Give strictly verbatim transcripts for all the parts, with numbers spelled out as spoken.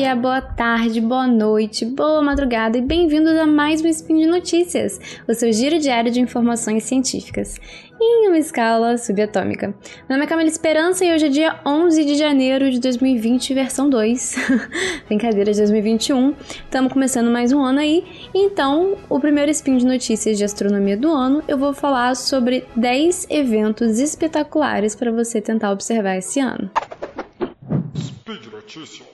dia, boa tarde, boa noite, boa madrugada e bem-vindos a mais um Spin de Notícias, o seu giro diário de informações científicas, em uma escala subatômica. Meu nome é Camila Esperança e hoje é dia onze de janeiro de dois mil e vinte, versão dois, brincadeira, de dois mil e vinte e um, estamos começando mais um ano aí, então o primeiro Spin de Notícias de astronomia do ano eu vou falar sobre dez eventos espetaculares para você tentar observar esse ano. Speed Notícias.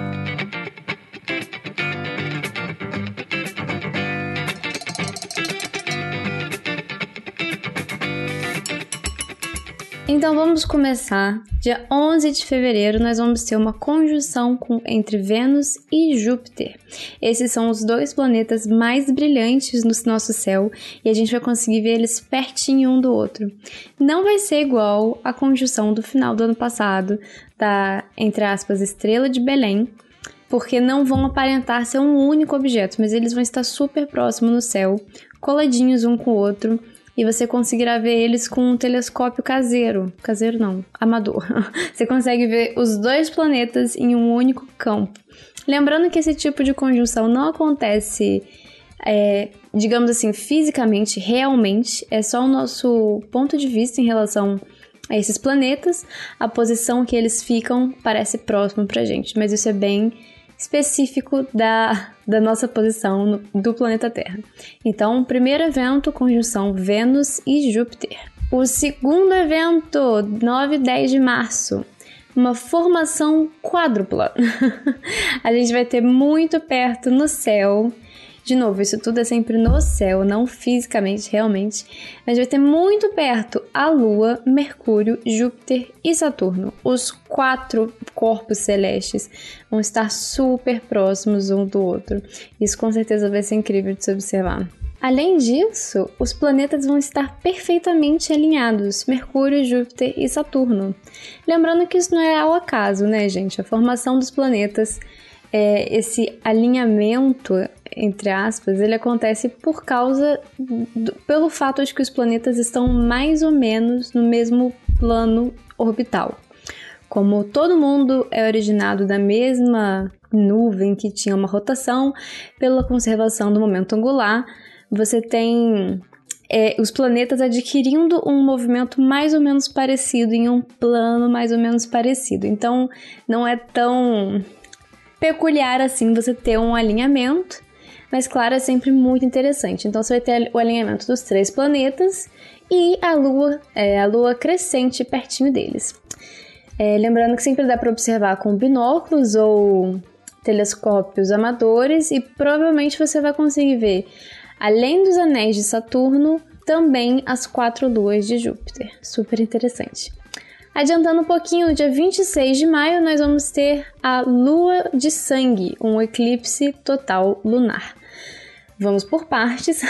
Então vamos começar. Dia onze de fevereiro nós vamos ter uma conjunção com, entre Vênus e Júpiter. Esses são os dois planetas mais brilhantes no nosso céu e a gente vai conseguir ver eles pertinho um do outro. Não vai ser igual à conjunção do final do ano passado, da, entre aspas, Estrela de Belém, porque não vão aparentar ser um único objeto, mas eles vão estar super próximos no céu, coladinhos um com o outro, e você conseguirá ver eles com um telescópio caseiro. Caseiro não, amador. Você consegue ver os dois planetas em um único campo. Lembrando que esse tipo de conjunção não acontece, é, digamos assim, fisicamente, realmente. É só o nosso ponto de vista em relação a esses planetas. A posição que eles ficam parece próximo pra gente, mas isso é bem específico da, da nossa posição no, do planeta Terra. Então, primeiro evento, conjunção Vênus e Júpiter. O segundo evento, nove e dez de março, uma formação quádrupla. A gente vai ter muito perto no céu. De novo, isso tudo é sempre no céu, não fisicamente, realmente. A gente vai ter muito perto a Lua, Mercúrio, Júpiter e Saturno. Os quatro corpos celestes vão estar super próximos um do outro. Isso com certeza vai ser incrível de se observar. Além disso, os planetas vão estar perfeitamente alinhados, Mercúrio, Júpiter e Saturno. Lembrando que isso não é ao acaso, né, gente? A formação dos planetas, é, esse alinhamento, entre aspas, ele acontece por causa, do, pelo fato de que os planetas estão mais ou menos no mesmo plano orbital. Como todo mundo é originado da mesma nuvem que tinha uma rotação, pela conservação do momento angular, você tem é, os planetas adquirindo um movimento mais ou menos parecido, em um plano mais ou menos parecido. Então, não é tão peculiar assim você ter um alinhamento, mas claro, é sempre muito interessante. Então você vai ter o alinhamento dos três planetas e a Lua, é, a Lua crescente pertinho deles. É, lembrando que sempre dá para observar com binóculos ou telescópios amadores e provavelmente você vai conseguir ver, além dos anéis de Saturno, também as quatro luas de Júpiter. Super interessante. Adiantando um pouquinho, no dia vinte e seis de maio nós vamos ter a Lua de Sangue, um eclipse total lunar. Vamos por partes.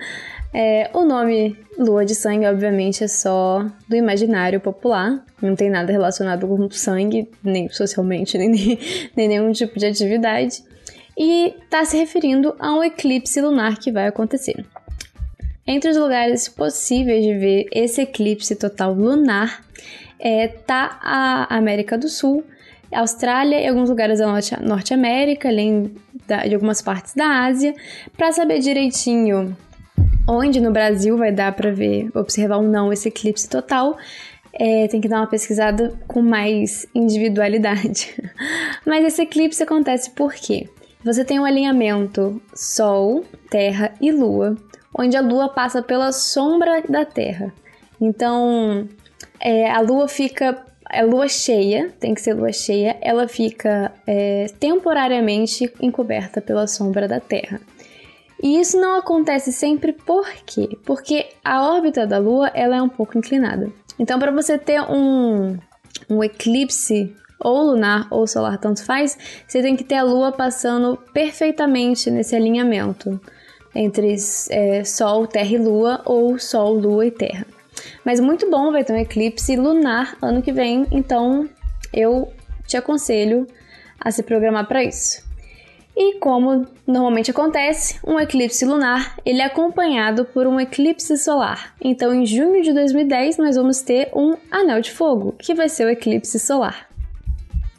É, o nome Lua de Sangue, obviamente, é só do imaginário popular. Não tem nada relacionado com sangue, nem socialmente, nem, nem, nem nenhum tipo de atividade. E está se referindo a um eclipse lunar que vai acontecer. Entre os lugares possíveis de ver esse eclipse total lunar, É, tá a América do Sul, a Austrália e alguns lugares da Norte, Norte América, além da, de algumas partes da Ásia. Para saber direitinho onde no Brasil vai dar para ver, observar ou não esse eclipse total, é, tem que dar uma pesquisada com mais individualidade. Mas esse eclipse acontece por quê? Você tem um alinhamento Sol, Terra e Lua, onde a Lua passa pela sombra da Terra. Então, É, a lua fica, a lua cheia, tem que ser lua cheia, ela fica é, temporariamente encoberta pela sombra da Terra. E isso não acontece sempre por quê? Porque a órbita da lua ela é um pouco inclinada. Então, para você ter um, um eclipse ou lunar ou solar, tanto faz, você tem que ter a lua passando perfeitamente nesse alinhamento entre é, Sol, Terra e Lua ou Sol, Lua e Terra. Mas muito bom, vai ter um eclipse lunar ano que vem, então eu te aconselho a se programar para isso. E como normalmente acontece, um eclipse lunar ele é acompanhado por um eclipse solar. Então em junho de dois mil e dez nós vamos ter um anel de fogo, que vai ser o eclipse solar.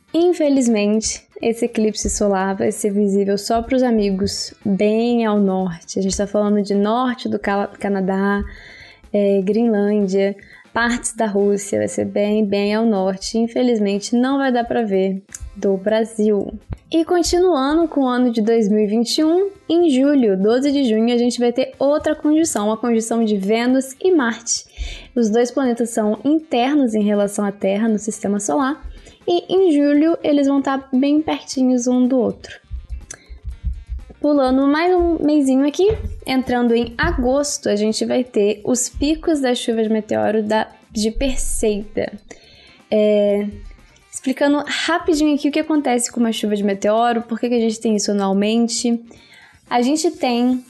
Infelizmente, esse eclipse solar vai ser visível só para os amigos bem ao norte. A gente está falando de norte do Canadá, é, Grinlândia, partes da Rússia, vai ser bem, bem ao norte. Infelizmente, não vai dar para ver do Brasil. E continuando com o ano de dois mil e vinte e um, em julho, doze de junho, a gente vai ter outra conjunção, uma conjunção de Vênus e Marte. Os dois planetas são internos em relação à Terra no sistema solar e em julho eles vão estar bem pertinhos um do outro. Pulando mais um mesinho aqui, entrando em agosto, a gente vai ter os picos da chuva de meteoro da, de Perseida. É... Explicando rapidinho aqui o que acontece com uma chuva de meteoro, por que a gente tem isso anualmente. A gente tem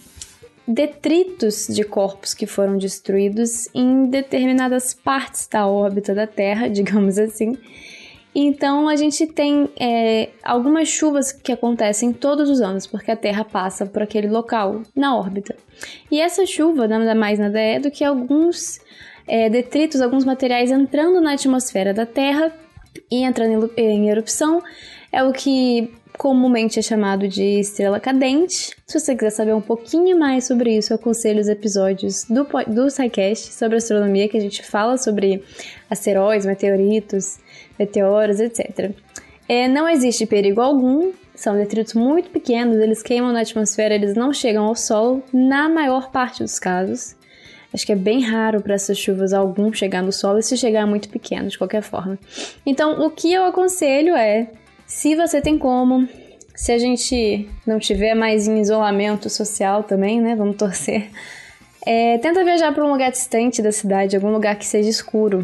detritos de corpos que foram destruídos em determinadas partes da órbita da Terra, digamos assim. Então a gente tem é, algumas chuvas que acontecem todos os anos, porque a Terra passa por aquele local na órbita. E essa chuva nada mais nada é do que alguns é, detritos, alguns materiais entrando na atmosfera da Terra e entrando em erupção, é o que comumente é chamado de estrela cadente. Se você quiser saber um pouquinho mais sobre isso, eu aconselho os episódios do, do SciCast sobre astronomia, que a gente fala sobre asteroides, meteoritos, meteoros, etcétera. É, não existe perigo algum, são detritos muito pequenos, eles queimam na atmosfera, eles não chegam ao solo, na maior parte dos casos. Acho que é bem raro para essas chuvas algum chegar no solo, e se chegar é muito pequeno, de qualquer forma. Então, o que eu aconselho é, se você tem como, se a gente não tiver mais em isolamento social também, né, vamos torcer, é, tenta viajar para um lugar distante da cidade, algum lugar que seja escuro.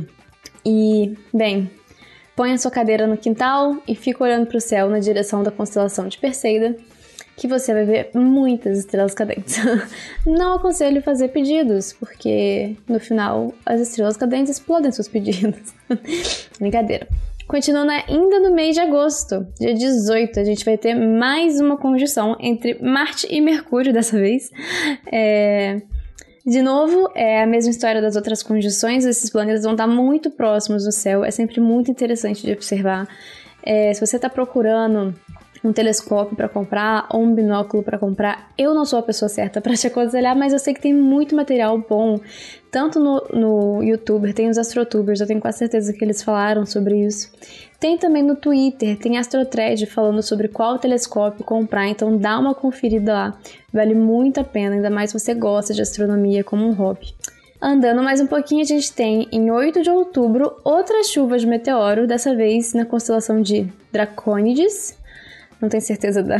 E, bem, põe a sua cadeira no quintal e fica olhando para o céu na direção da constelação de Perseida, que você vai ver muitas estrelas cadentes. Não aconselho fazer pedidos, porque no final as estrelas cadentes explodem seus pedidos. Brincadeira. Continuando ainda no mês de agosto, dia dezoito, a gente vai ter mais uma conjunção entre Marte e Mercúrio dessa vez. É... De novo, é a mesma história das outras conjunções, esses planetas vão estar muito próximos no céu, é sempre muito interessante de observar. É, se você está procurando um telescópio para comprar ou um binóculo para comprar, eu não sou a pessoa certa para te aconselhar, mas eu sei que tem muito material bom, tanto no, no YouTube, tem os AstroTubers, eu tenho quase certeza que eles falaram sobre isso. Tem também no Twitter, tem AstroThread falando sobre qual telescópio comprar, então dá uma conferida lá, vale muito a pena, ainda mais se você gosta de astronomia como um hobby. Andando mais um pouquinho, a gente tem, em oito de outubro, outra chuva de meteoro, dessa vez na constelação de Dracônides. Não tenho certeza da,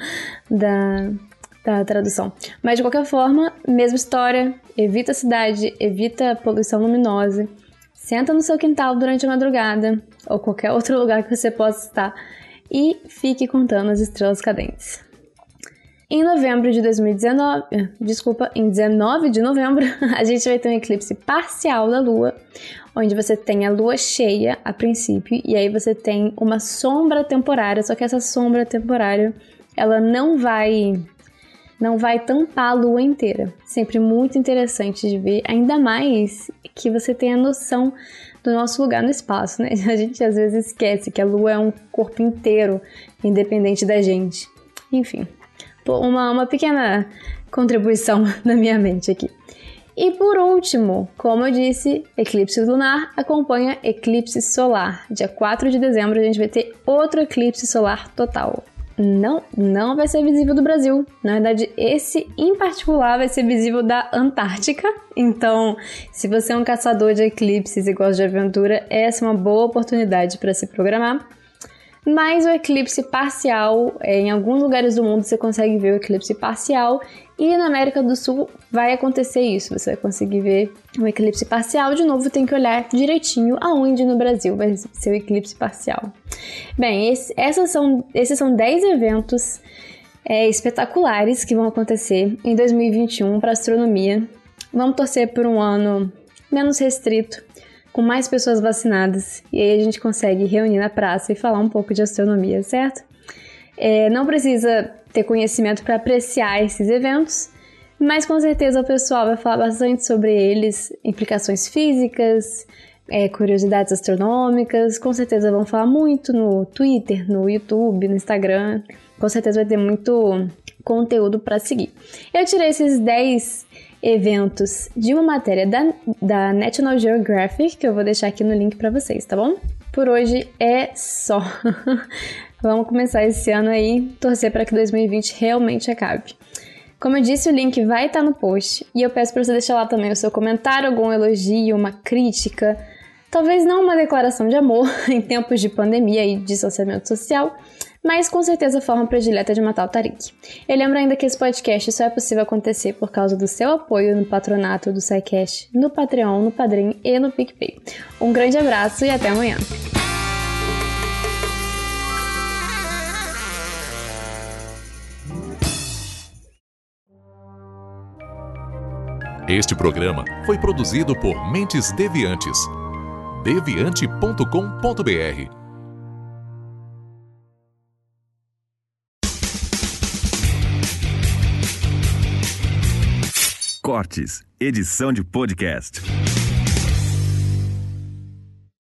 da, da tradução. Mas, de qualquer forma, mesma história. Evita a cidade, evita a poluição luminosa. Senta no seu quintal durante a madrugada, ou qualquer outro lugar que você possa estar, e fique contando as estrelas cadentes. Em novembro de dois mil e dezenove, desculpa, em dezenove de novembro, a gente vai ter um eclipse parcial da Lua, onde você tem a Lua cheia a princípio, e aí você tem uma sombra temporária, só que essa sombra temporária, ela não vai, não vai tampar a Lua inteira. Sempre muito interessante de ver, ainda mais que você tem a noção do nosso lugar no espaço, né? A gente às vezes esquece que a Lua é um corpo inteiro, independente da gente. Enfim. Uma, uma pequena contribuição na minha mente aqui. E por último, como eu disse, eclipse lunar acompanha eclipse solar. Dia quatro de dezembro a gente vai ter outro eclipse solar total. Não, não vai ser visível do Brasil. Na verdade, esse em particular vai ser visível da Antártica. Então, se você é um caçador de eclipses e gosta de aventura, essa é uma boa oportunidade para se programar. Mas o eclipse parcial, em alguns lugares do mundo você consegue ver o eclipse parcial, e na América do Sul vai acontecer isso, você vai conseguir ver o eclipse parcial. De novo, tem que olhar direitinho aonde no Brasil vai ser o eclipse parcial. Bem, esse, essas são, esses são dez eventos é, espetaculares que vão acontecer em dois mil e vinte e um para a astronomia. Vamos torcer por um ano menos restrito, com mais pessoas vacinadas, e aí a gente consegue reunir na praça e falar um pouco de astronomia, certo? É, não precisa ter conhecimento para apreciar esses eventos, mas com certeza o pessoal vai falar bastante sobre eles, implicações físicas, é, curiosidades astronômicas, com certeza vão falar muito no Twitter, no YouTube, no Instagram, com certeza vai ter muito conteúdo para seguir. Eu tirei esses dez eventos de uma matéria da, da National Geographic, que eu vou deixar aqui no link para vocês, tá bom? Por hoje é só. Vamos começar esse ano aí, torcer para que dois mil e vinte realmente acabe. Como eu disse, o link vai estar no post e eu peço para você deixar lá também o seu comentário, algum elogio, uma crítica, talvez não uma declaração de amor em tempos de pandemia e distanciamento social, mas com certeza a forma predileta de matar o Tariq. Eu lembro ainda que esse podcast só é possível acontecer por causa do seu apoio no patronato do SciCast, no Patreon, no Padrim e no PicPay. Um grande abraço e até amanhã! Este programa foi produzido por Mentes Deviantes. deviante ponto com ponto b r. Cortes, edição de podcast.